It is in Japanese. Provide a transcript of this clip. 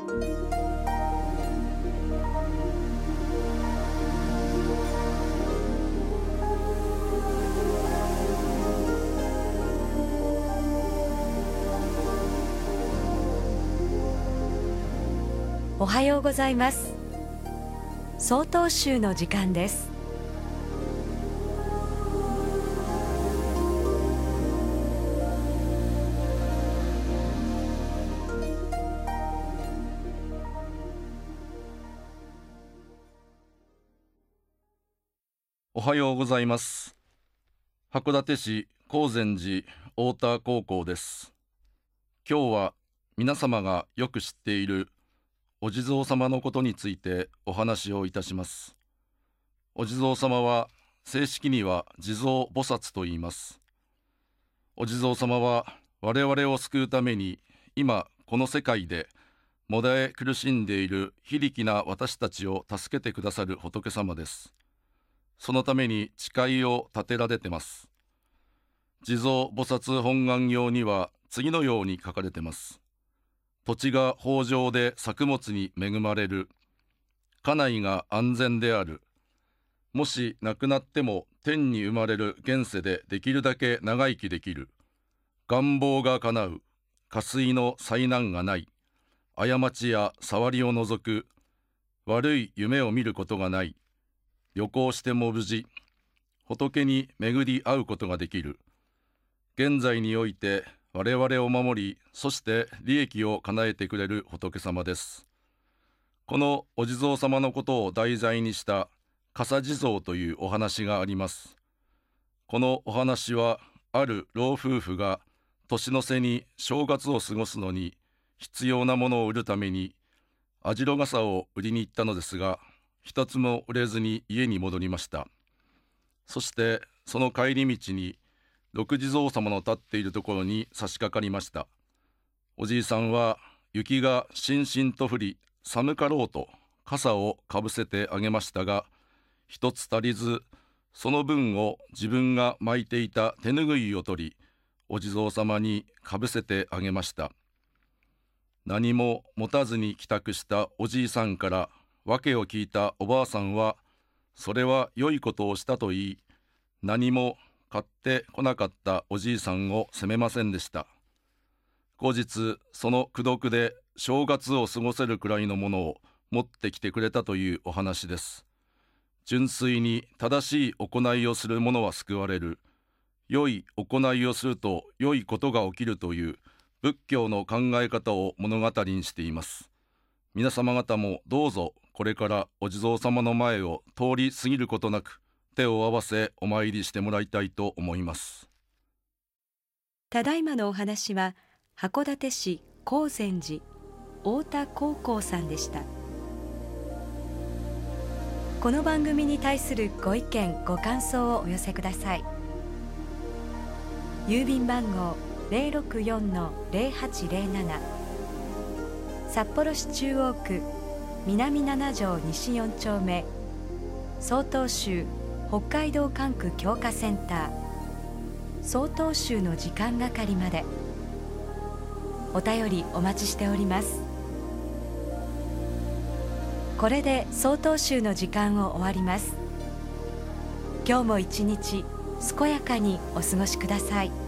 おはようございます。曹洞宗の時間です。 おはようございます。函館市高善寺太田高校です。今日は皆様がよく知っているお地蔵様のことについてお話をいたします。お地蔵様は正式には地蔵菩薩と言います。お地蔵様は我々を救うために今この世界でもだえ苦しんでいる非力な私たちを助けてくださる仏様です。そのために誓いを立てられてます。地蔵菩薩本願用には次のように書かれてます。土地が豊穣で作物に恵まれる。家内が安全である。もし亡くなっても天に生まれる現世でできるだけ長生きできる。願望が叶う。下水の災難がない。過ちや触りを除く。悪い夢を見ることがない。旅行しても無事。仏に巡り合うことができる。現在において我々を守り、そして利益を叶えてくれる仏様です。このお地蔵様のことを題材にした笠地蔵というお話があります。このお話は、ある老夫婦が年の瀬に正月を過ごすのに必要なものを売るために網代笠を売りに行ったのですが、一つも売れずに家に戻りました。そしてその帰り道に六地蔵様の立っているところに差し掛かりました。おじいさんは雪がしんしんと降り寒かろうと傘をかぶせてあげましたが、一つ足りず、その分を自分が巻いていた手ぬぐいを取り、お地蔵様にかぶせてあげました。何も持たずに帰宅したおじいさんから訳を聞いたおばあさんは、それは良いことをしたと言い、何も買ってこなかったおじいさんを責めませんでした。後日、その功徳で正月を過ごせるくらいのものを持ってきてくれたというお話です。純粋に正しい行いをする者は救われる。良い行いをすると良いことが起きるという仏教の考え方を物語にしています。皆様方もどうぞこれからお地蔵様の前を通り過ぎることなく、手を合わせお参りしてもらいたいと思います。 ただいまのお話は函館市高善寺太田高校さんでした。この番組に対するご意見ご感想をお寄せください。郵便番号 064-0807 札幌市中央区南7条西4丁目、曹洞宗北海道管区教化センター曹洞宗の時間係まで。お便りお待ちしております。これで曹洞宗の時間を終わります。今日も一日健やかにお過ごしください。